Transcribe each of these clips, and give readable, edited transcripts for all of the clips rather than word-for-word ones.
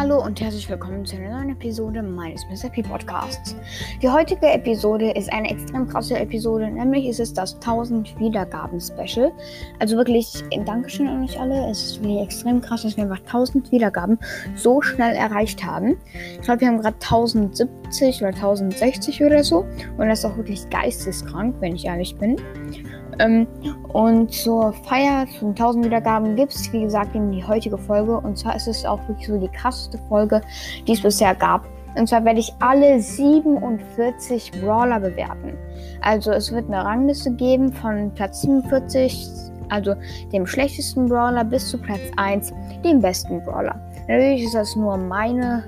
Hallo und herzlich willkommen zu einer neuen Episode meines Mr. P Podcasts. Die heutige Episode ist eine extrem krasse Episode, nämlich ist es das 1000 Wiedergaben Special. Also wirklich Dankeschön an euch alle. Es ist wirklich extrem krass, dass wir einfach 1000 Wiedergaben so schnell erreicht haben. Ich glaube, wir haben gerade 1070 oder 1060 oder so und das ist auch wirklich geisteskrank, wenn ich ehrlich bin. Und zur Feier von 1000 Wiedergaben gibt es, wie gesagt, eben die heutige Folge. Und zwar ist es auch wirklich so die krasseste Folge, die es bisher gab. Und zwar werde ich alle 47 Brawler bewerten. Also es wird eine Rangliste geben von Platz 47, also dem schlechtesten Brawler, bis zu Platz 1, dem besten Brawler. Natürlich ist das nur meine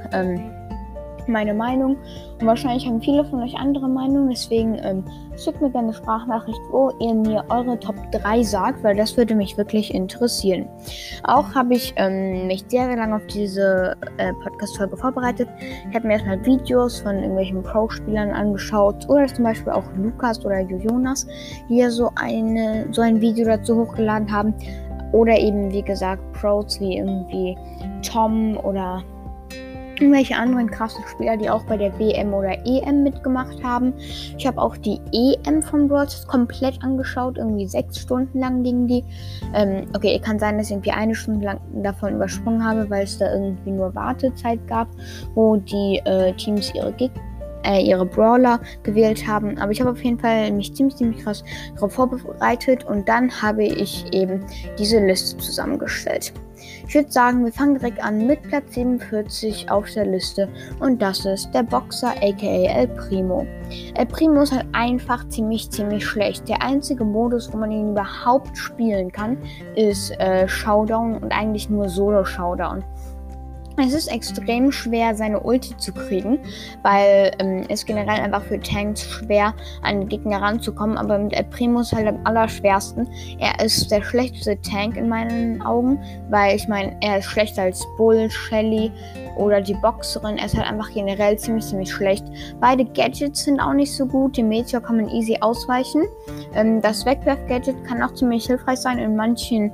Meinung und wahrscheinlich haben viele von euch andere Meinungen, deswegen schickt mir gerne eine Sprachnachricht, wo ihr mir eure Top 3 sagt, weil das würde mich wirklich interessieren. Auch habe ich mich sehr, sehr lange auf diese Podcast-Folge vorbereitet. Ich habe mir erstmal Videos von irgendwelchen Pro-Spielern angeschaut oder zum Beispiel auch Lukas oder Jonas, die ja so ein Video dazu hochgeladen haben. Oder eben, wie gesagt, Pros wie irgendwie Tom oder irgendwelche anderen krassen Spieler, die auch bei der WM oder EM mitgemacht haben. Ich habe auch die EM von Brawl Stars komplett angeschaut, irgendwie 6 Stunden lang ging die. Okay, kann sein, dass ich irgendwie 1 Stunde lang davon übersprungen habe, weil es da irgendwie nur Wartezeit gab, wo die Teams ihre Brawler gewählt haben. Aber ich habe auf jeden Fall mich ziemlich krass darauf vorbereitet und dann habe ich eben diese Liste zusammengestellt. Ich würde sagen, wir fangen direkt an mit Platz 47 auf der Liste und das ist der Boxer aka El Primo. El Primo ist halt einfach ziemlich schlecht. Der einzige Modus, wo man ihn überhaupt spielen kann, ist Showdown und eigentlich nur Solo-Showdown. Es ist extrem schwer, seine Ulti zu kriegen, weil es generell einfach für Tanks schwer an den Gegner ranzukommen, aber mit El Primo ist halt am allerschwersten. Er ist der schlechteste Tank in meinen Augen, weil ich meine, er ist schlechter als Bull, Shelly oder die Boxerin. Er ist halt einfach generell ziemlich schlecht. Beide Gadgets sind auch nicht so gut. Den Meteor kann man easy ausweichen. Das Wegwerf-Gadget kann auch ziemlich hilfreich sein in manchen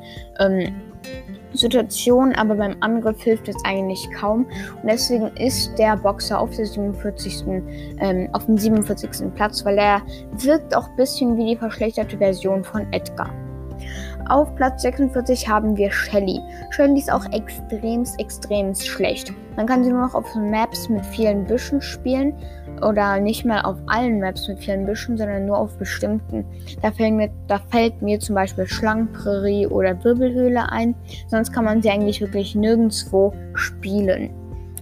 Situation, aber beim Angriff hilft es eigentlich kaum und deswegen ist der Boxer auf dem 47. Platz, weil er wirkt auch ein bisschen wie die verschlechterte Version von Edgar. Auf Platz 46 haben wir Shelly. Shelly ist auch extrem schlecht. Man kann sie nur noch auf Maps mit vielen Büschen spielen oder nicht mal auf allen Maps mit vielen Büschen, sondern nur auf bestimmten. Da fällt mir zum Beispiel Schlangenprärie oder Wirbelhöhle ein. Sonst kann man sie eigentlich wirklich nirgendwo spielen.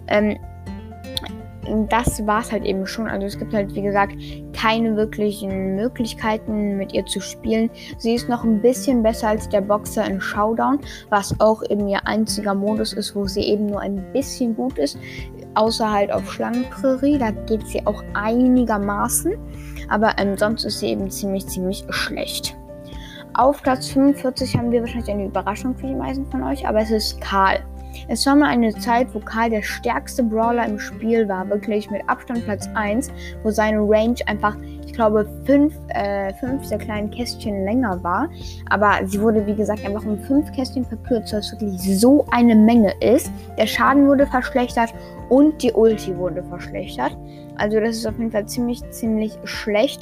Das war's halt eben schon. Also es gibt halt, wie gesagt, keine wirklichen Möglichkeiten mit ihr zu spielen. Sie ist noch ein bisschen besser als der Boxer in Showdown, was auch eben ihr einziger Modus ist, wo sie eben nur ein bisschen gut ist. Außer halt auf Schlangenprärie, da geht sie auch einigermaßen. Aber sonst ist sie eben ziemlich schlecht. Auf Platz 45 haben wir wahrscheinlich eine Überraschung für die meisten von euch, aber es ist Karl. Es war mal eine Zeit, wo Karl der stärkste Brawler im Spiel war, wirklich mit Abstand Platz 1, wo seine Range einfach, ich glaube, 5 der kleinen Kästchen länger war. Aber sie wurde, wie gesagt, einfach um 5 Kästchen verkürzt, was wirklich so eine Menge ist. Der Schaden wurde verschlechtert und die Ulti wurde verschlechtert. Also das ist auf jeden Fall ziemlich schlecht.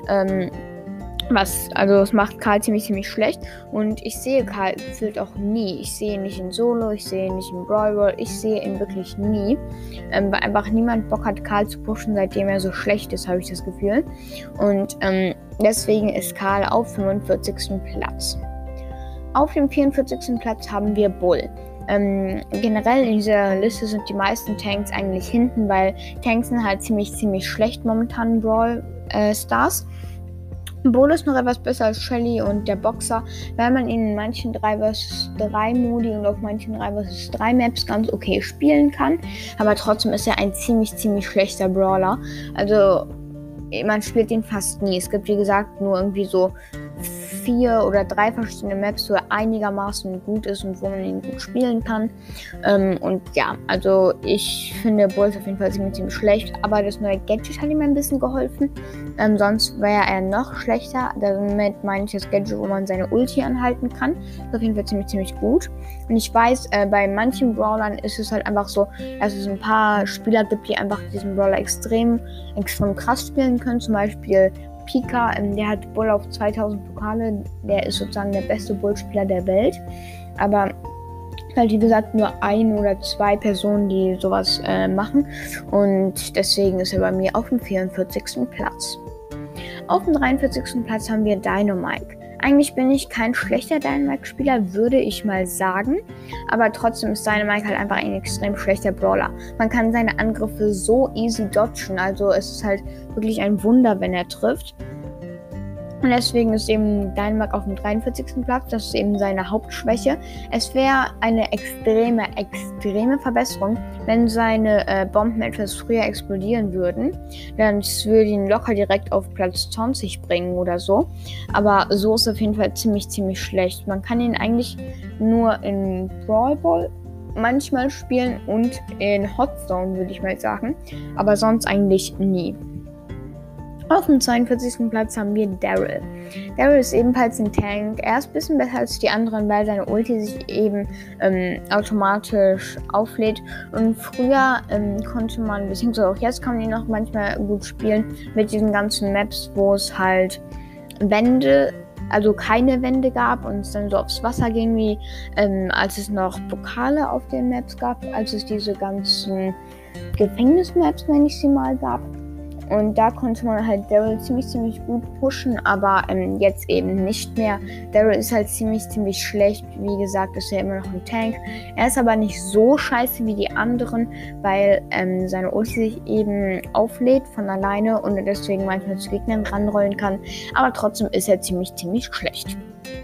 Es macht Karl ziemlich schlecht und ich sehe Karl gefühlt auch nie. Ich sehe ihn nicht in Solo, ich sehe ihn nicht in Brawl Ball, ich sehe ihn wirklich nie. Weil einfach niemand Bock hat, Karl zu pushen, seitdem er so schlecht ist, habe ich das Gefühl. Und deswegen ist Karl auf 45. Platz. Auf dem 44. Platz haben wir Bull. Generell in dieser Liste sind die meisten Tanks eigentlich hinten, weil Tanks sind halt ziemlich schlecht momentan in Brawl Stars. Bull ist noch etwas besser als Shelly und der Boxer, weil man ihn in manchen 3 vs 3 Modi und auf manchen 3 vs 3 Maps ganz okay spielen kann. Aber trotzdem ist er ein ziemlich schlechter Brawler. Also man spielt ihn fast nie. Es gibt wie gesagt nur irgendwie so 4 oder 3 verschiedene Maps, wo er einigermaßen gut ist und wo man ihn gut spielen kann. Und ja, also ich finde Bull ist auf jeden Fall ziemlich schlecht, aber das neue Gadget hat ihm ein bisschen geholfen. Sonst wäre er noch schlechter. Damit meine ich das Gadget, wo man seine Ulti anhalten kann. Das ist auf jeden Fall ziemlich gut. Und ich weiß, bei manchen Brawlern ist es halt einfach so, dass es ein paar Spieler gibt, die einfach diesen Brawler extrem krass spielen können. Zum Beispiel Pika, der hat Bull auf 2000 Pokale. Der ist sozusagen der beste Bull-Spieler der Welt. Aber halt, wie gesagt, nur 1 oder 2 Personen, die sowas machen. Und deswegen ist er bei mir auf dem 44. Platz. Auf dem 43. Platz haben wir Dynamike. Eigentlich bin ich kein schlechter Dynamike-Spieler, würde ich mal sagen. Aber trotzdem ist Dynamike halt einfach ein extrem schlechter Brawler. Man kann seine Angriffe so easy dodgen. Also es ist halt wirklich ein Wunder, wenn er trifft. Und deswegen ist eben Dynamike auf dem 43. Platz. Das ist eben seine Hauptschwäche. Es wäre eine extreme Verbesserung, wenn seine Bomben etwas früher explodieren würden. Dann würde ihn locker direkt auf Platz 20 bringen oder so. Aber so ist es auf jeden Fall ziemlich schlecht. Man kann ihn eigentlich nur in Brawl Ball manchmal spielen und in Hot Zone, würde ich mal sagen. Aber sonst eigentlich nie. Auf dem 42. Platz haben wir Daryl. Daryl ist ebenfalls ein Tank. Er ist ein bisschen besser als die anderen, weil seine Ulti sich eben automatisch auflädt. Und früher konnte man, beziehungsweise auch jetzt kann man ihn noch manchmal gut spielen, mit diesen ganzen Maps, wo es halt Wände, also keine Wände gab und es dann so aufs Wasser ging, wie als es noch Pokale auf den Maps gab, als es diese ganzen Gefängnismaps, nenne ich sie mal, gab. Und da konnte man halt Daryl ziemlich gut pushen, aber jetzt eben nicht mehr. Daryl ist halt ziemlich schlecht. Wie gesagt, ist er immer noch ein Tank. Er ist aber nicht so scheiße wie die anderen, weil seine Ulti sich eben auflädt von alleine und er deswegen manchmal zu Gegnern ranrollen kann. Aber trotzdem ist er ziemlich schlecht.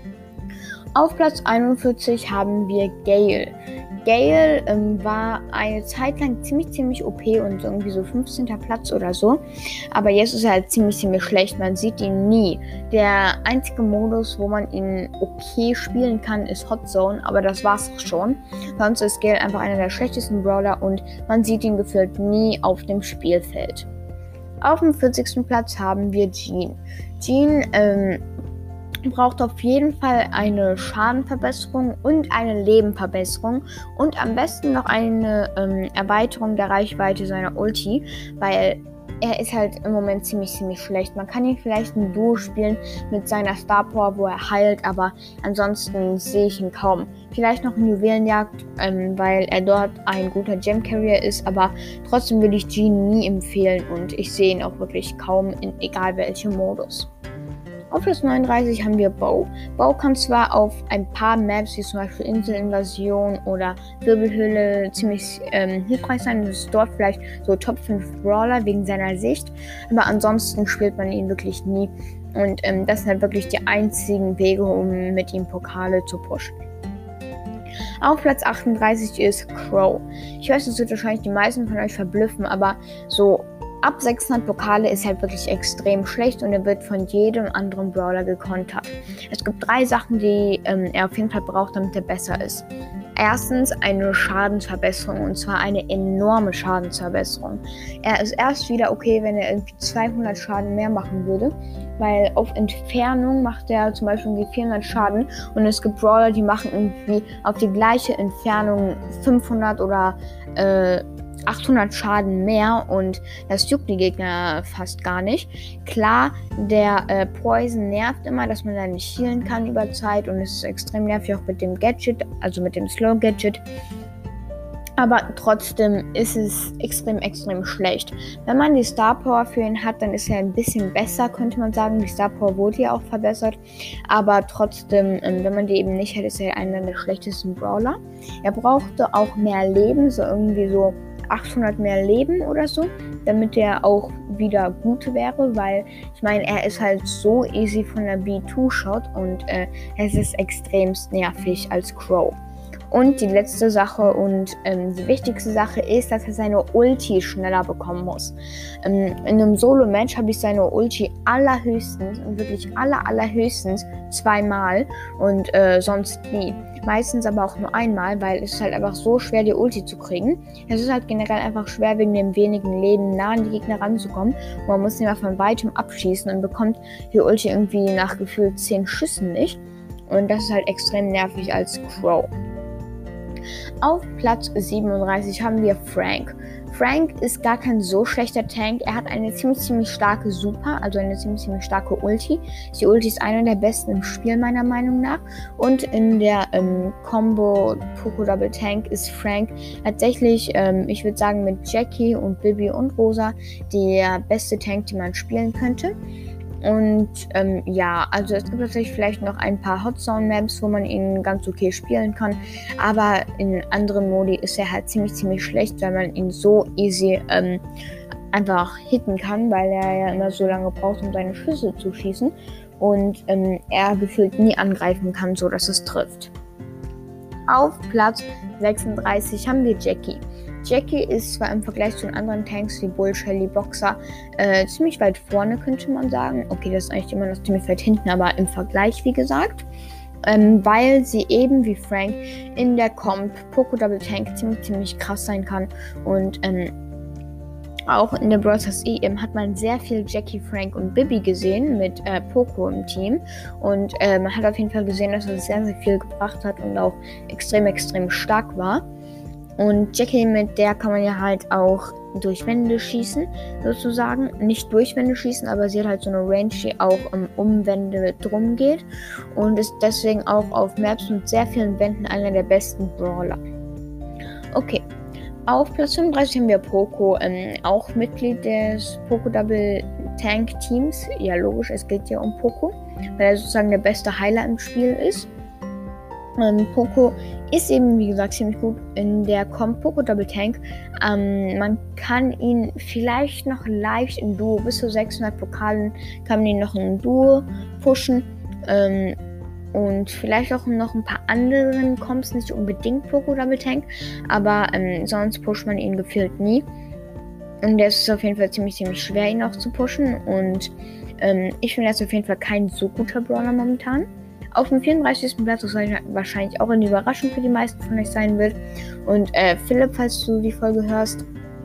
Auf Platz 41 haben wir Gale. Gale war eine Zeit lang ziemlich OP und irgendwie so 15. Platz oder so. Aber jetzt ist er halt ziemlich schlecht. Man sieht ihn nie. Der einzige Modus, wo man ihn okay spielen kann, ist Hot Zone. Aber das war's auch schon. Sonst ist Gale einfach einer der schlechtesten Brawler und man sieht ihn gefühlt nie auf dem Spielfeld. Auf dem 40. Platz haben wir Jean. Jean braucht auf jeden Fall eine Schadenverbesserung und eine Lebenverbesserung und am besten noch eine Erweiterung der Reichweite seiner Ulti, weil er ist halt im Moment ziemlich schlecht. Man kann ihn vielleicht ein Duo spielen mit seiner Star Power, wo er heilt, aber ansonsten sehe ich ihn kaum. Vielleicht noch in Juwelenjagd, weil er dort ein guter Gem Carrier ist, aber trotzdem würde ich Jean nie empfehlen und ich sehe ihn auch wirklich kaum in egal welchem Modus. Auf Platz 39 haben wir Bo. Bo kann zwar auf ein paar Maps, wie zum Beispiel Inselinvasion oder Wirbelhöhle, ziemlich hilfreich sein. Das ist dort vielleicht so Top 5 Brawler wegen seiner Sicht. Aber ansonsten spielt man ihn wirklich nie. Und das sind halt wirklich die einzigen Wege, um mit ihm Pokale zu pushen. Auf Platz 38 ist Crow. Ich weiß, das wird wahrscheinlich die meisten von euch verblüffen, aber so ab 600 Pokale ist halt wirklich extrem schlecht und er wird von jedem anderen Brawler gekontert. Es gibt 3 Sachen, die er auf jeden Fall braucht, damit er besser ist. Erstens eine Schadensverbesserung und zwar eine enorme Schadensverbesserung. Er ist erst wieder okay, wenn er irgendwie 200 Schaden mehr machen würde, weil auf Entfernung macht er zum Beispiel irgendwie 400 Schaden und es gibt Brawler, die machen irgendwie auf die gleiche Entfernung 500 oder 800 Schaden mehr und das juckt die Gegner fast gar nicht. Klar, der Poison nervt immer, dass man da nicht healen kann über Zeit und es ist extrem nervig auch mit dem Gadget, also mit dem Slow Gadget. Aber trotzdem ist es extrem schlecht. Wenn man die Star Power für ihn hat, dann ist er ein bisschen besser, könnte man sagen. Die Star Power wurde ja auch verbessert. Aber trotzdem, wenn man die eben nicht hat, ist er einer der schlechtesten Brawler. Er brauchte auch mehr Leben, so irgendwie so 800 mehr Leben oder so, damit er auch wieder gut wäre, weil ich meine, er ist halt so easy von der B2-Shot und es ist extremst nervig als Crow. Und die letzte Sache und die wichtigste Sache ist, dass er seine Ulti schneller bekommen muss. In einem Solo-Match habe ich seine Ulti allerhöchstens und wirklich allerhöchstens 2-mal und sonst nie. Meistens aber auch nur einmal, weil es ist halt einfach so schwer, die Ulti zu kriegen. Es ist halt generell einfach schwer, wegen dem wenigen Leben nah an die Gegner ranzukommen. Und man muss ihn mal von weitem abschießen und bekommt die Ulti irgendwie nach gefühlt 10 Schüssen nicht. Und das ist halt extrem nervig als Crow. Auf Platz 37 haben wir Frank. Frank ist gar kein so schlechter Tank. Er hat eine ziemlich starke Super, also eine ziemlich starke Ulti. Die Ulti ist einer der besten im Spiel meiner Meinung nach. Und in der Combo Poco Double Tank ist Frank tatsächlich, ich würde sagen mit Jackie und Bibi und Rosa, der beste Tank, den man spielen könnte. Und ja, also es gibt natürlich vielleicht noch ein paar Hot Zone Maps, wo man ihn ganz okay spielen kann, aber in anderen Modi ist er halt ziemlich schlecht, weil man ihn so easy einfach hitten kann, weil er ja immer so lange braucht, um seine Schüsse zu schießen und er gefühlt nie angreifen kann, so dass es trifft. Auf Platz 36 haben wir Jackie. Jackie ist zwar im Vergleich zu den anderen Tanks wie Bull, Shelly, Boxer ziemlich weit vorne, könnte man sagen. Okay, das ist eigentlich immer noch ziemlich weit hinten, aber im Vergleich, wie gesagt. Weil sie eben wie Frank in der Comp Poco Double Tank ziemlich krass sein kann. Und auch in der Brawl Stars EM hat man sehr viel Jackie, Frank und Bibi gesehen mit Poco im Team. Und man hat auf jeden Fall gesehen, dass er sehr viel gebracht hat und auch extrem stark war. Und Jackie, mit der kann man ja halt auch durch Wände schießen, sozusagen. Nicht durch Wände schießen, aber sie hat halt so eine Range, die auch um Wände drum geht. Und ist deswegen auch auf Maps mit sehr vielen Wänden einer der besten Brawler. Okay, auf Platz 35 haben wir Poco, auch Mitglied des Poco Double Tank Teams. Ja, logisch, es geht ja um Poco, weil er sozusagen der beste Heiler im Spiel ist. Poco ist eben, wie gesagt, ziemlich gut in der Comp Poco Double Tank. Man kann ihn vielleicht noch leicht in Duo, bis zu 600 Pokalen kann man ihn noch in Duo pushen. Und vielleicht auch noch ein paar anderen Comps, nicht unbedingt Poco Double Tank, aber sonst pusht man ihn gefühlt nie. Und es ist auf jeden Fall ziemlich schwer, ihn auch zu pushen. Und ich finde, er ist auf jeden Fall kein so guter Brawler momentan. Auf dem 34. Platz, was wahrscheinlich auch eine Überraschung für die meisten von euch sein wird. Und Philipp, falls du die Folge hörst,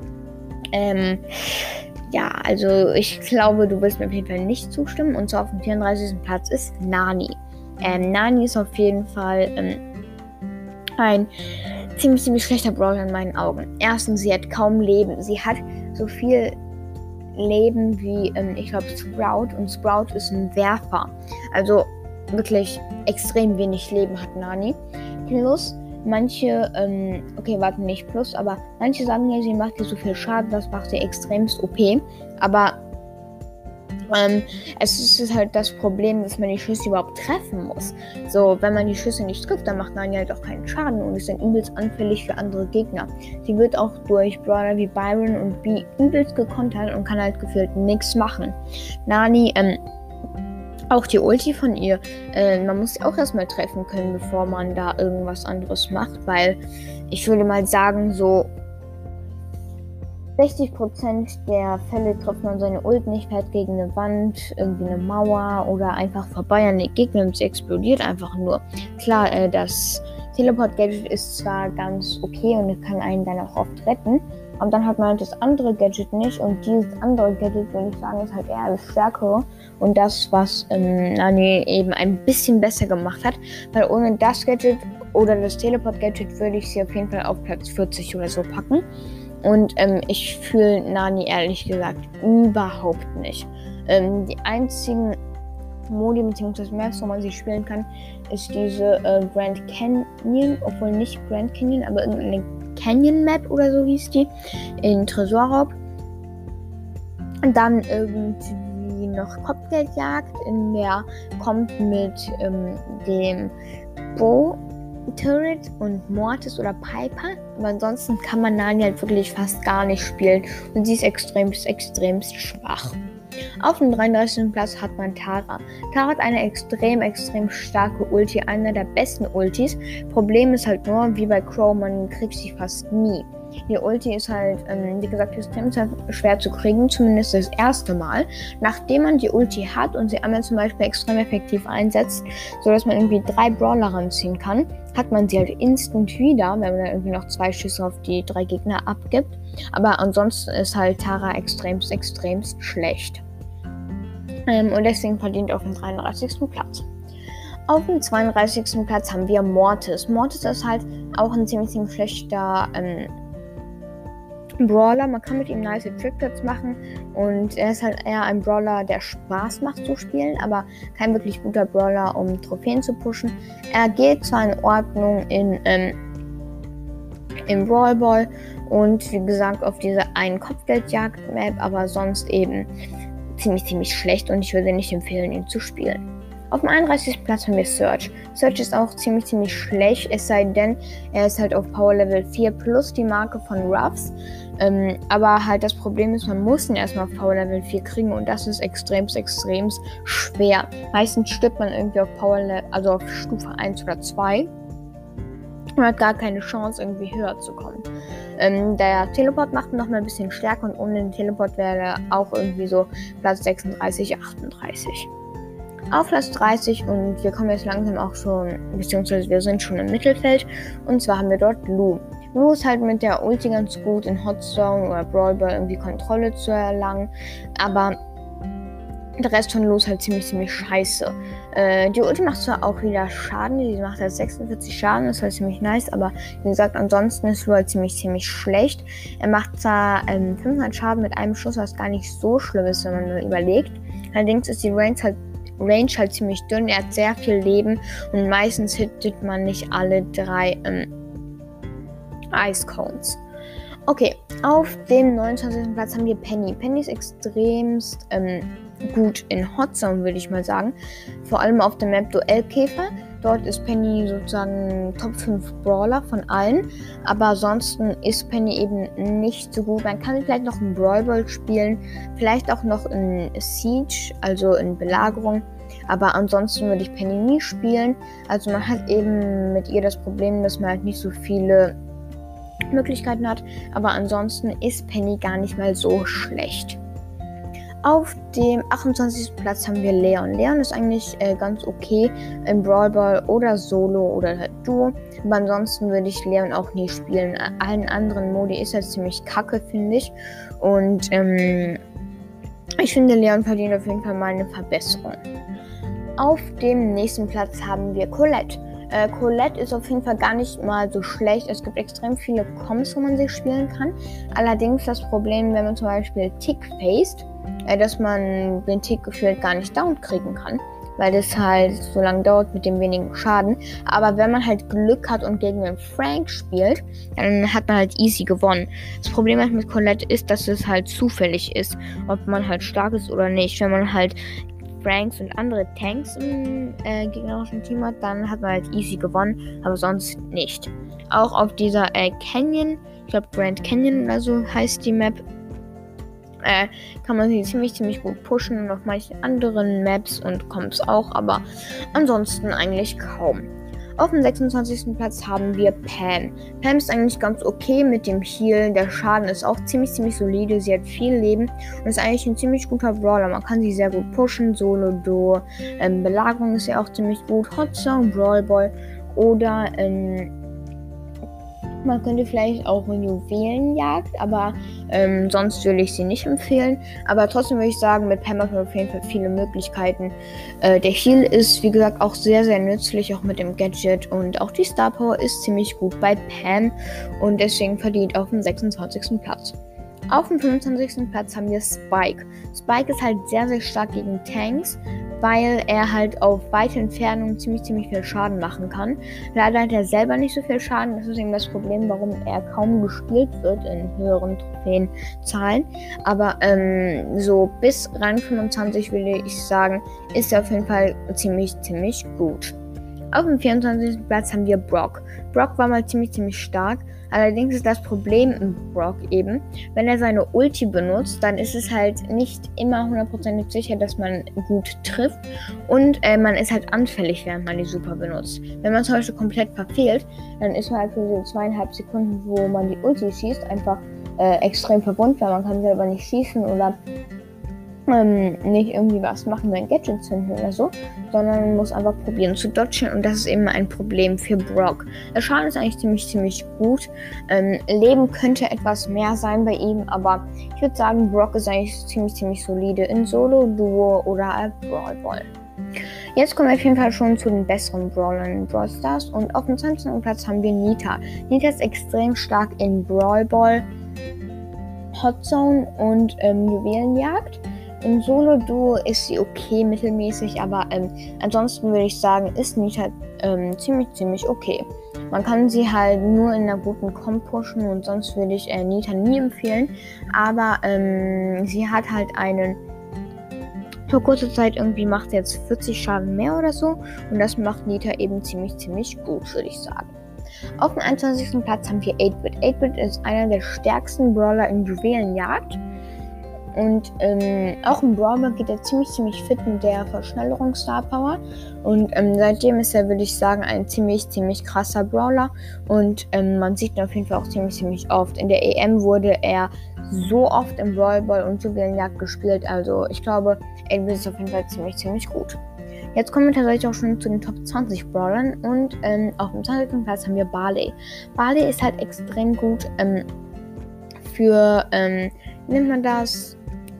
ja, also ich glaube, du wirst mir auf jeden Fall nicht zustimmen. Und zwar auf dem 34. Platz ist Nani. Nani ist auf jeden Fall ein ziemlich schlechter Brawler in meinen Augen. Erstens, sie hat kaum Leben. Sie hat so viel Leben wie, ich glaube, Sprout. Und Sprout ist ein Werfer. Also wirklich extrem wenig Leben hat Nani. Plus, manche, okay, warte, nicht plus, aber manche sagen ja, sie macht ihr so viel Schaden, das macht sie extremst OP. Aber es ist halt das Problem, dass man die Schüsse überhaupt treffen muss. So, wenn man die Schüsse nicht trifft, dann macht Nani halt auch keinen Schaden und ist dann übelst anfällig für andere Gegner. Sie wird auch durch Brawler wie Byron und Bee übelst gekontert und kann halt gefühlt nichts machen. Nani, auch die Ulti von ihr, man muss sie auch erstmal treffen können, bevor man da irgendwas anderes macht, weil ich würde mal sagen, so 60% der Fälle trifft man seine Ult nicht, fährt gegen eine Wand, irgendwie eine Mauer oder einfach vorbei an den Gegner und sie explodiert einfach nur. Klar, das Teleport-Gadget ist zwar ganz okay und kann einen dann auch oft retten, aber dann hat man halt das andere Gadget nicht und dieses andere Gadget, würde ich sagen, ist halt eher das Stärkere und das, was Nani eben ein bisschen besser gemacht hat, weil ohne das Gadget oder das Teleport-Gadget würde ich sie auf jeden Fall auf Platz 40 oder so packen. Und ich fühle Nani ehrlich gesagt überhaupt nicht. Die einzigen Modi bzw. Maps, wo man sie spielen kann, ist diese Grand Canyon, obwohl nicht Grand Canyon, aber irgendeine Canyon Map oder so hieß die, in Tresorraub. Und dann irgendwie noch Kopfgeldjagd, in der kommt mit dem Bo Turret und Mortis oder Piper, aber ansonsten kann man Nani halt wirklich fast gar nicht spielen und sie ist extremst schwach. Auf dem 33. Platz hat man Tara. Tara hat eine extrem starke Ulti, einer der besten Ultis. Problem ist halt nur, wie bei Crow, man kriegt sie fast nie. Die Ulti ist halt, wie gesagt, extrem schwer zu kriegen, zumindest das erste Mal. Nachdem man die Ulti hat und sie einmal zum Beispiel extrem effektiv einsetzt, sodass man irgendwie 3 Brawler ranziehen kann, hat man sie halt instant wieder, wenn man dann irgendwie noch 2 Schüsse auf die 3 Gegner abgibt. Aber ansonsten ist halt Tara extremst schlecht. Und deswegen verdient auf dem 33. Platz. Auf dem 32. Platz haben wir Mortis. Mortis ist halt auch ein ziemlich schlechter Brawler. Man kann mit ihm nice Triplets machen und er ist halt eher ein Brawler, der Spaß macht zu spielen, aber kein wirklich guter Brawler, um Trophäen zu pushen. Er geht zwar in Ordnung im Brawl Ball und wie gesagt auf diese einen Kopfgeldjagd-Map, aber sonst eben ziemlich schlecht und ich würde nicht empfehlen, ihn zu spielen. Auf dem 31. Platz haben wir Surge. Surge ist auch ziemlich schlecht, es sei denn, er ist halt auf Power Level 4 plus die Marke von Ruffs. Aber halt das Problem ist, man muss ihn erstmal auf Power Level 4 kriegen und das ist extremst schwer. Meistens stirbt man irgendwie auf also auf Stufe 1 oder 2 und hat gar keine Chance, irgendwie höher zu kommen. Der Teleport macht ihn noch mal ein bisschen stärker und ohne den Teleport wäre er auch irgendwie so Platz 36, 38. Auf Platz 30 und wir kommen jetzt langsam auch schon, beziehungsweise wir sind schon im Mittelfeld und zwar haben wir dort Lu. Lu ist halt mit der Ulti ganz gut in Hot Zone oder Brawl Ball irgendwie Kontrolle zu erlangen, aber der Rest von Lu ist halt ziemlich scheiße. Die Ulti macht zwar auch wieder Schaden, die macht halt 46 Schaden, das ist halt ziemlich nice, aber wie gesagt, ansonsten ist Lu halt ziemlich schlecht. Er macht zwar 500 Schaden mit einem Schuss, was gar nicht so schlimm ist, wenn man nur überlegt. Allerdings ist die Range halt ziemlich dünn, er hat sehr viel Leben und meistens hittet man nicht alle 3 Ice Cones. Okay, auf dem 29. Platz haben wir Penny. Penny ist extremst gut in Hot Zone, würde ich mal sagen. Vor allem auf der Map Duellkäfer. Dort ist Penny sozusagen Top 5 Brawler von allen. Aber ansonsten ist Penny eben nicht so gut. Man kann vielleicht noch in Brawl Ball spielen. Vielleicht auch noch in Siege, also in Belagerung. Aber ansonsten würde ich Penny nie spielen. Also man hat eben mit ihr das Problem, dass man halt nicht so viele Möglichkeiten hat. Aber ansonsten ist Penny gar nicht mal so schlecht. Auf dem 28. Platz haben wir Leon. Leon ist eigentlich ganz okay im Brawl Ball oder Solo oder halt Duo. Aber ansonsten würde ich Leon auch nie spielen. Allen anderen Modi ist er ziemlich kacke, finde ich. Und ich finde, Leon verdient auf jeden Fall mal eine Verbesserung. Auf dem nächsten Platz haben wir Colette. Colette ist auf jeden Fall gar nicht mal so schlecht. Es gibt extrem viele Comps, wo man sie spielen kann. Allerdings das Problem, wenn man zum Beispiel Tick faced, dass man den Tick gefühlt gar nicht down kriegen kann, weil das halt so lange dauert mit dem wenigen Schaden. Aber wenn man halt Glück hat und gegen den Frank spielt, dann hat man halt easy gewonnen. Das Problem halt mit Colette ist, dass es halt zufällig ist, ob man halt stark ist oder nicht. Wenn man halt Franks und andere Tanks im gegnerischen Team hat, dann hat man halt easy gewonnen, aber sonst nicht. Auch auf dieser Canyon, ich glaube Grand Canyon oder so heißt die Map, kann man sie ziemlich gut pushen und auf manchen anderen Maps und Comps auch, aber ansonsten eigentlich kaum. Auf dem 26. Platz haben wir Pam. Pam ist eigentlich ganz okay mit dem Heal. Der Schaden ist auch ziemlich solide. Sie hat viel Leben und ist eigentlich ein ziemlich guter Brawler. Man kann sie sehr gut pushen. Solo, Duo, Belagerung ist ja auch ziemlich gut. Hot Zone, Brawl Ball oder man könnte vielleicht auch eine Juwelenjagd, aber sonst würde ich sie nicht empfehlen. Aber trotzdem würde ich sagen, mit Pam hat man auf jeden Fall viele Möglichkeiten. Der Heal ist, wie gesagt, auch sehr nützlich, auch mit dem Gadget. Und auch die Star Power ist ziemlich gut bei Pam und deswegen verdient auf dem 26. Platz. Auf dem 25. Platz haben wir Spike. Spike ist halt sehr stark gegen Tanks, weil er halt auf weite Entfernung ziemlich viel Schaden machen kann. Leider hat er selber nicht so viel Schaden. Das ist eben das Problem, warum er kaum gespielt wird in höheren Trophäenzahlen. Aber so bis Rang 25 würde ich sagen, ist er auf jeden Fall ziemlich gut. Auf dem 24. Platz haben wir Brock. Brock war mal ziemlich stark. Allerdings ist das Problem im Brock eben, wenn er seine Ulti benutzt, dann ist es halt nicht immer 100% sicher, dass man gut trifft. Und man ist halt anfällig, während man die Super benutzt. Wenn man zum Beispiel komplett verfehlt, dann ist man halt für diese 2,5 Sekunden, wo man die Ulti schießt, einfach extrem verwundet, weil man kann selber nicht schießen oder nicht irgendwie was machen, sein Gadget zünden oder so, sondern man muss einfach probieren zu dodgen und das ist eben ein Problem für Brock. Der Schaden ist eigentlich ziemlich gut. Leben könnte etwas mehr sein bei ihm, aber ich würde sagen, Brock ist eigentlich ziemlich solide in Solo, Duo oder Brawl Ball. Jetzt kommen wir auf jeden Fall schon zu den besseren Brawlern in Brawl Stars und auf dem 20. Platz haben wir Nita. Nita ist extrem stark in Brawl Ball, Hot Zone und Juwelenjagd. Im Solo-Duo ist sie okay, mittelmäßig, aber ansonsten würde ich sagen, ist Nita ziemlich okay. Man kann sie halt nur in einer guten Comp pushen und sonst würde ich Nita nie empfehlen. Aber sie hat halt für kurze Zeit irgendwie macht sie jetzt 40 Schaden mehr oder so und das macht Nita eben ziemlich gut, würde ich sagen. Auf dem 21. Platz haben wir 8-Bit. 8-Bit ist einer der stärksten Brawler in Juwelenjagd. Und auch im Brawler geht er ziemlich fit mit der Verschnellerungs-Star Power. Und seitdem ist er, würde ich sagen, ein ziemlich krasser Brawler. Und man sieht ihn auf jeden Fall auch ziemlich oft. In der EM wurde er so oft im Brawl Ball und Juwelenjagd gespielt. Also ich glaube, 8-Bit ist auf jeden Fall ziemlich gut. Jetzt kommen wir tatsächlich auch schon zu den Top 20 Brawlern. Und auf dem 20. Platz haben wir Barley. Barley ist halt extrem gut für, nennt man das,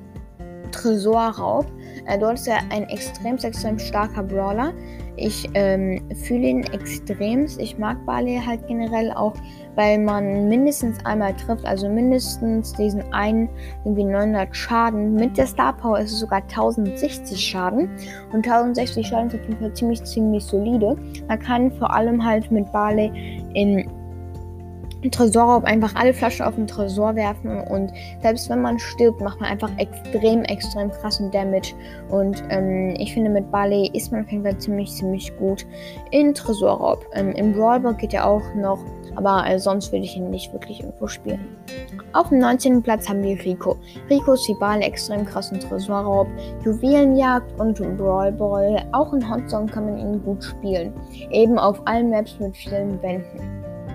Tresorraub. Dort ist er ein extrem starker Brawler. Ich fühle ihn extremst. Ich mag Barley halt generell auch, weil man mindestens einmal trifft, also mindestens diesen einen irgendwie 900 Schaden. Mit der Star Power ist es sogar 1060 Schaden. Und 1060 Schaden ist auf jeden Fall ziemlich solide. Man kann vor allem halt mit Barley in Tresorraub einfach alle Flaschen auf den Tresor werfen und selbst wenn man stirbt, macht man einfach extrem krassen Damage und ich finde mit Barley ist man auf jeden Fall ziemlich gut in Tresorraub. Im Brawl Ball geht er auch noch, aber sonst würde ich ihn nicht wirklich irgendwo spielen. Auf dem 19. Platz haben wir Rico. Rico ist wie Barley extrem krassen Tresorraub, Juwelenjagd und Brawl Ball. Auch in Hot Zone kann man ihn gut spielen, eben auf allen Maps mit vielen Wänden.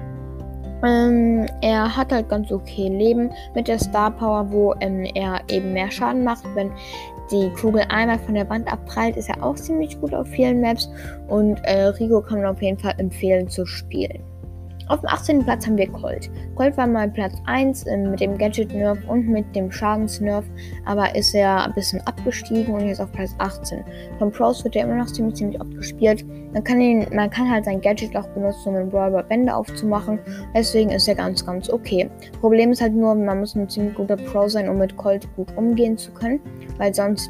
Er hat halt ganz okay Leben mit der Star Power, wo er eben mehr Schaden macht. Wenn die Kugel einmal von der Wand abprallt, ist er auch ziemlich gut auf vielen Maps. Und Rico kann man auf jeden Fall empfehlen zu spielen. Auf dem 18. Platz haben wir Colt. Colt war mal Platz 1 mit dem Gadget-Nerf und mit dem Schadens-Nerf, aber ist er ein bisschen abgestiegen und jetzt auf Platz 18. Von Pros wird er immer noch ziemlich oft gespielt. Man kann halt sein Gadget auch benutzen, um in Brawl Ball Wände aufzumachen. Deswegen ist er ganz okay. Problem ist halt nur, man muss ein ziemlich guter Pro sein, um mit Colt gut umgehen zu können, weil sonst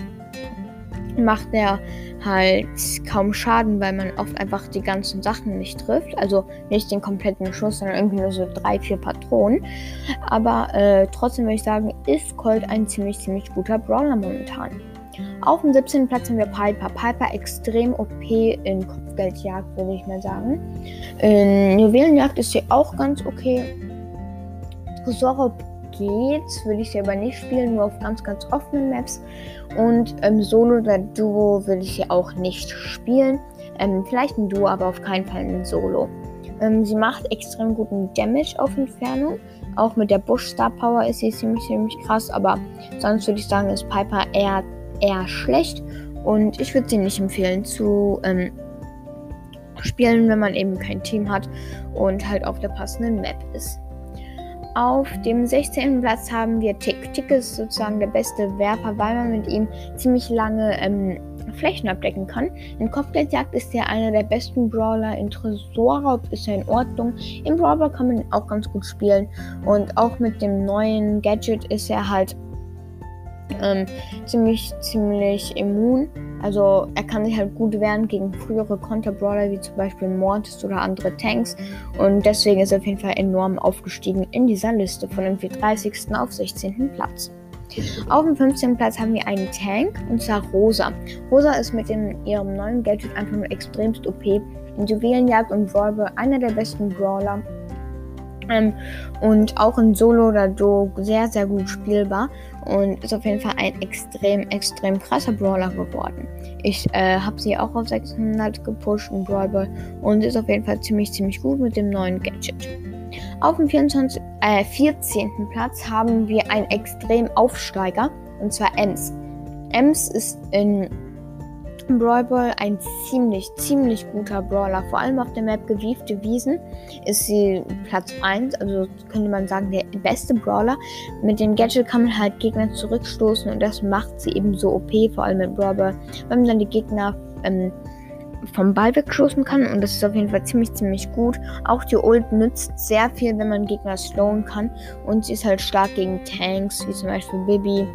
macht er halt kaum Schaden, weil man oft einfach die ganzen Sachen nicht trifft. Also nicht den kompletten Schuss, sondern irgendwie nur so 3-4 Patronen. Aber trotzdem würde ich sagen, ist Colt ein ziemlich guter Brawler momentan. Auf dem 17. Platz haben wir Piper. Piper extrem OP in Kopfgeldjagd, würde ich mal sagen. In Juwelenjagd ist sie auch ganz okay. Tresorraub geht's, würde ich sie aber nicht spielen, nur auf ganz offenen Maps. Und Solo oder Duo würde ich sie auch nicht spielen. Vielleicht ein Duo, aber auf keinen Fall ein Solo. Sie macht extrem guten Damage auf Entfernung. Auch mit der Bush Star Power ist sie ziemlich krass, aber sonst würde ich sagen, ist Piper eher schlecht. Und ich würde sie nicht empfehlen zu spielen, wenn man eben kein Team hat und halt auf der passenden Map ist. Auf dem 16. Platz haben wir Tick. Tick ist sozusagen der beste Werfer, weil man mit ihm ziemlich lange Flächen abdecken kann. In Kopfgeldjagd ist er einer der besten Brawler. In Tresorraub ist er in Ordnung. Im Brawl Ball kann man ihn auch ganz gut spielen. Und auch mit dem neuen Gadget ist er halt ziemlich immun. Also er kann sich halt gut wehren gegen frühere Konter-Brawler wie zum Beispiel Mortis oder andere Tanks und deswegen ist er auf jeden Fall enorm aufgestiegen in dieser Liste von dem 30. auf 16. Platz. Auf dem 15. Platz haben wir einen Tank, und zwar Rosa. Rosa ist mit ihrem neuen Gadget einfach nur extremst OP. In Juwelenjagd und Brawlball einer der besten Brawler. Und auch in Solo oder Duo sehr, sehr gut spielbar. Und ist auf jeden Fall ein extrem krasser Brawler geworden. Ich habe sie auch auf 600 gepusht in Brawlball und ist auf jeden Fall ziemlich gut mit dem neuen Gadget. Auf dem 14. Platz haben wir einen Extrem-Aufsteiger, und zwar Ems. Ems ist in Brawl Ball ein ziemlich guter Brawler. Vor allem auf der Map Gewiefte Wiesen ist sie Platz 1, also könnte man sagen der beste Brawler. Mit dem Gadget kann man halt Gegner zurückstoßen und das macht sie eben so OP, vor allem mit Brawl Ball, wenn man dann die Gegner vom Ball wegstoßen kann, und das ist auf jeden Fall ziemlich gut. Auch die Ult nützt sehr viel, wenn man Gegner slowen kann, und sie ist halt stark gegen Tanks, wie zum Beispiel Bibi,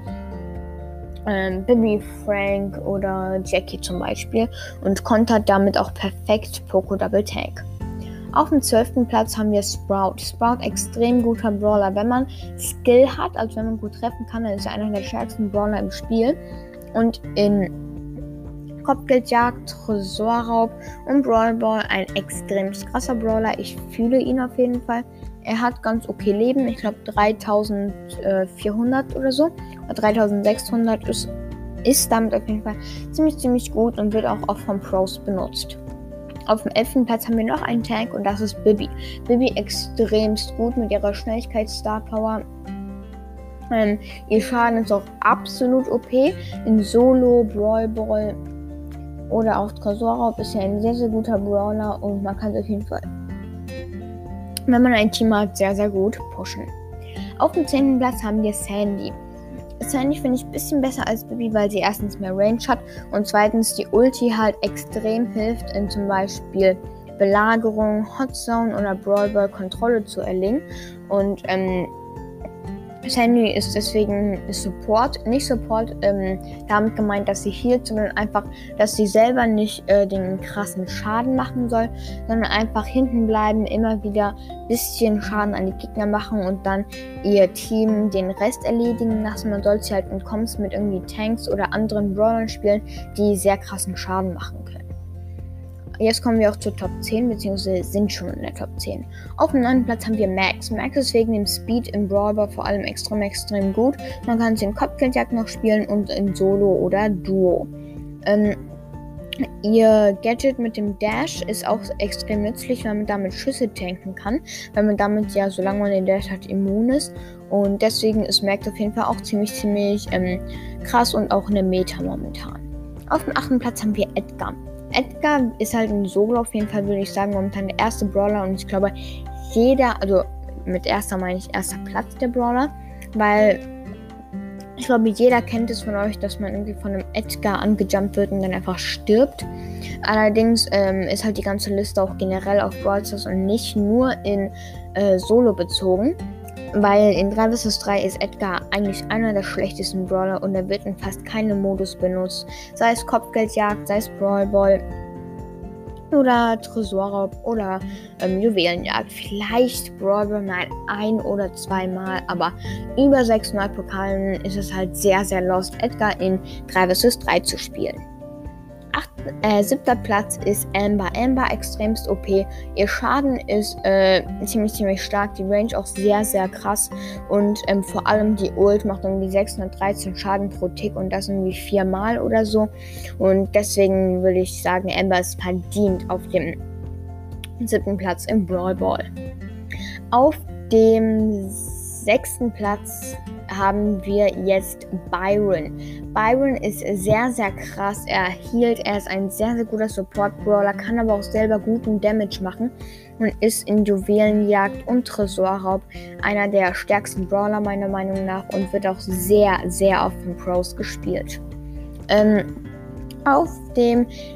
Frank oder Jackie zum Beispiel, und kontert damit auch perfekt Poco Double Tank. Auf dem 12. Platz haben wir Sprout. Sprout, extrem guter Brawler. Wenn man Skill hat, also wenn man gut treffen kann, dann ist er einer der stärksten Brawler im Spiel. Und in Kopfgeldjagd, Tresorraub und Brawl Ball ein extrem krasser Brawler. Ich fühle ihn auf jeden Fall. Er hat ganz okay Leben. Ich glaube 3400 oder so. Oder 3600 ist damit auf jeden Fall ziemlich gut und wird auch oft von Pros benutzt. Auf dem 11. Platz haben wir noch einen Tank, und das ist Bibi. Bibi extremst gut mit ihrer Schnelligkeit, Star Power. Ihr Schaden ist auch absolut OP. In Solo, Brawl Ball oder auch Tresorraub ist er ein sehr guter Brawler, und man kann es auf jeden Fall, wenn man ein Team hat, sehr gut pushen. Auf dem 10. Platz haben wir Sandy. Sandy finde ich ein bisschen besser als Bibi, weil sie erstens mehr Range hat und zweitens die Ulti halt extrem hilft, in zum Beispiel Belagerung, Hotzone oder Brawl Ball Kontrolle zu erlingen. Und Sandy ist deswegen nicht Support, damit gemeint, dass sie healt, sondern einfach, dass sie selber nicht den krassen Schaden machen soll, sondern einfach hinten bleiben, immer wieder ein bisschen Schaden an die Gegner machen und dann ihr Team den Rest erledigen lassen. Man soll sie halt in Comps mit irgendwie Tanks oder anderen Brawlern spielen, die sehr krassen Schaden machen können. Jetzt kommen wir auch zur Top 10, beziehungsweise sind schon in der Top 10. Auf dem 9. Platz haben wir Max. Max ist wegen dem Speed im Brawl Ball vor allem extrem gut. Man kann sie in Kopfgeldjagd noch spielen und in Solo oder Duo. Ihr Gadget mit dem Dash ist auch extrem nützlich, weil man damit Schüsse tanken kann, weil man damit ja, solange man den Dash hat, immun ist. Und deswegen ist Max auf jeden Fall auch ziemlich krass und auch eine Meta momentan. Auf dem 8. Platz haben wir Edgar. Edgar ist halt in Solo auf jeden Fall, würde ich sagen, momentan der erste Brawler, und ich glaube, also mit erster meine ich erster Platz der Brawler, weil ich glaube, jeder kennt es von euch, dass man irgendwie von einem Edgar angejumpt wird und dann einfach stirbt. Allerdings ist halt die ganze Liste auch generell auf Brawl Stars und nicht nur in Solo bezogen. Weil in 3 vs 3 ist Edgar eigentlich einer der schlechtesten Brawler und er wird in fast keinem Modus benutzt. Sei es Kopfgeldjagd, sei es Brawl Ball oder Tresorraub oder Juwelenjagd. Vielleicht Brawl Ball mal 1 oder 2 Mal, aber über 600 Pokalen ist es halt sehr lost, Edgar in 3 vs 3 zu spielen. 7. Platz ist Amber. Amber extremst OP. Ihr Schaden ist ziemlich stark. Die Range auch sehr krass. Und vor allem die Ult macht irgendwie 613 Schaden pro Tick und das irgendwie 4 Mal oder so. Und deswegen würde ich sagen, Amber ist verdient auf dem 7. Platz im Brawl Ball. Auf dem 6. Platz haben wir jetzt Byron. Byron ist sehr krass. Er healt, er ist ein sehr guter Support-Brawler, kann aber auch selber guten Damage machen und ist in Juwelenjagd und Tresorraub einer der stärksten Brawler meiner Meinung nach und wird auch sehr oft von Pros gespielt. Auf dem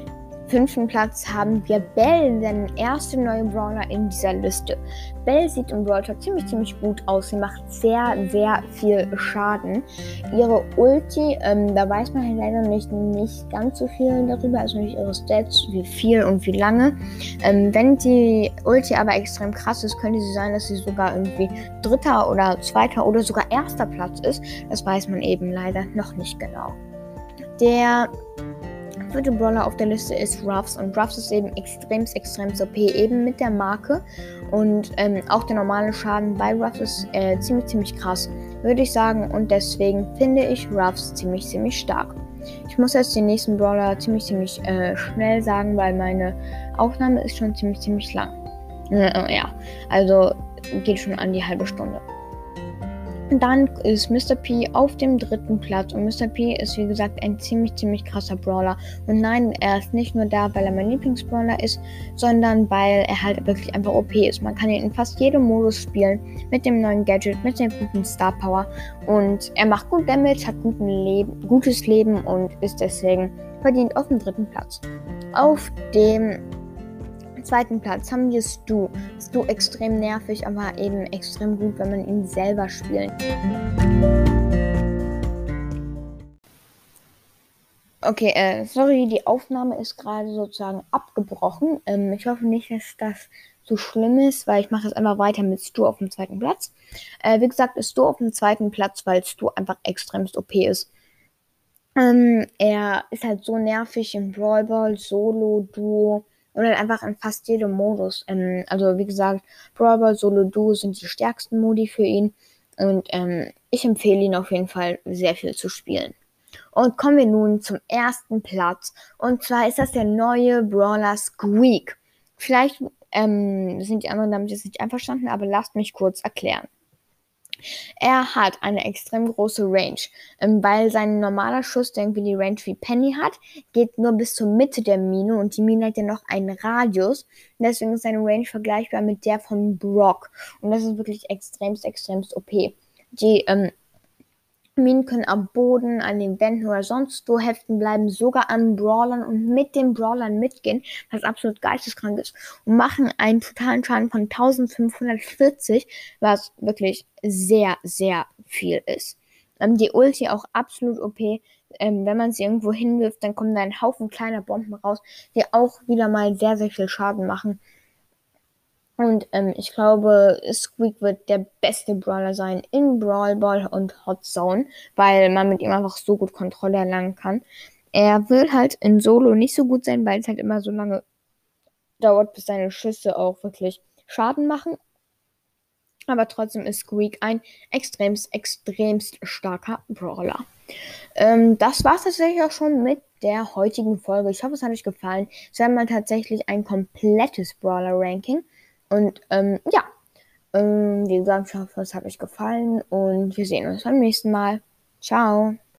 5. Platz haben wir Belle, der erste neue Brawler in dieser Liste. Belle sieht im Brawl Talk ziemlich gut aus. Sie macht sehr viel Schaden. Ihre Ulti, da weiß man halt leider nicht ganz so viel darüber, also nicht ihre Stats, wie viel und wie lange. Wenn die Ulti aber extrem krass ist, könnte sie sein, dass sie sogar irgendwie 3. oder 2. oder sogar 1. Platz ist. Das weiß man eben leider noch nicht genau. Der 4. Brawler auf der Liste ist Ruffs, und Ruffs ist eben extrem OP, eben mit der Marke, und auch der normale Schaden bei Ruffs ist ziemlich krass, würde ich sagen, und deswegen finde ich Ruffs ziemlich stark. Ich muss jetzt den nächsten Brawler ziemlich schnell sagen, weil meine Aufnahme ist schon ziemlich lang. Ja, also geht schon an die halbe Stunde. Dann ist Mr. P auf dem 3. Platz, und Mr. P ist wie gesagt ein ziemlich krasser Brawler. Und nein, er ist nicht nur da, weil er mein Lieblingsbrawler ist, sondern weil er halt wirklich einfach OP ist. Man kann ihn in fast jedem Modus spielen, mit dem neuen Gadget, mit der guten Star Power, und er macht gut Damage, hat gutes Leben und ist deswegen verdient auf dem 3. Platz. Auf dem 2. Platz haben wir Stu. Stu extrem nervig, aber eben extrem gut, wenn man ihn selber spielt. Okay, sorry, die Aufnahme ist gerade sozusagen abgebrochen. Ich hoffe nicht, dass das so schlimm ist, weil ich mache jetzt einfach weiter mit Stu auf dem 2. Platz. Wie gesagt, ist Stu auf dem 2. Platz, weil Stu einfach extremst OP ist. Er ist halt so nervig im Brawl Ball, Solo, Duo und halt einfach in fast jedem Modus. Also wie gesagt, Brawl Ball, Solo, Duo sind die stärksten Modi für ihn, und ich empfehle ihn auf jeden Fall sehr viel zu spielen. Und kommen wir nun zum 1. Platz, und zwar ist das der neue Brawler Squeak. Vielleicht sind die anderen damit jetzt nicht einverstanden, aber lasst mich kurz erklären. Er hat eine extrem große Range, weil sein normaler Schuss, der irgendwie die Range wie Penny hat, geht nur bis zur Mitte der Mine, und die Mine hat ja noch einen Radius. Deswegen ist seine Range vergleichbar mit der von Brock, und das ist wirklich extremst OP. Die Minen können am Boden, an den Wänden oder sonst wo heften bleiben, sogar an Brawlern und mit den Brawlern mitgehen, was absolut geisteskrank ist, und machen einen totalen Schaden von 1540, was wirklich sehr viel ist. Die Ulti auch absolut OP. Wenn man sie irgendwo hinwirft, dann kommen da ein Haufen kleiner Bomben raus, die auch wieder mal sehr viel Schaden machen. Und ich glaube, Squeak wird der beste Brawler sein in Brawl Ball und Hot Zone, weil man mit ihm einfach so gut Kontrolle erlangen kann. Er will halt in Solo nicht so gut sein, weil es halt immer so lange dauert, bis seine Schüsse auch wirklich Schaden machen. Aber trotzdem ist Squeak ein extremst starker Brawler. Das war es tatsächlich auch schon mit der heutigen Folge. Ich hoffe, es hat euch gefallen. Es war mal tatsächlich ein komplettes Brawler-Ranking. Und ja, wie gesagt, ich hoffe, es hat euch gefallen, und wir sehen uns beim nächsten Mal. Ciao.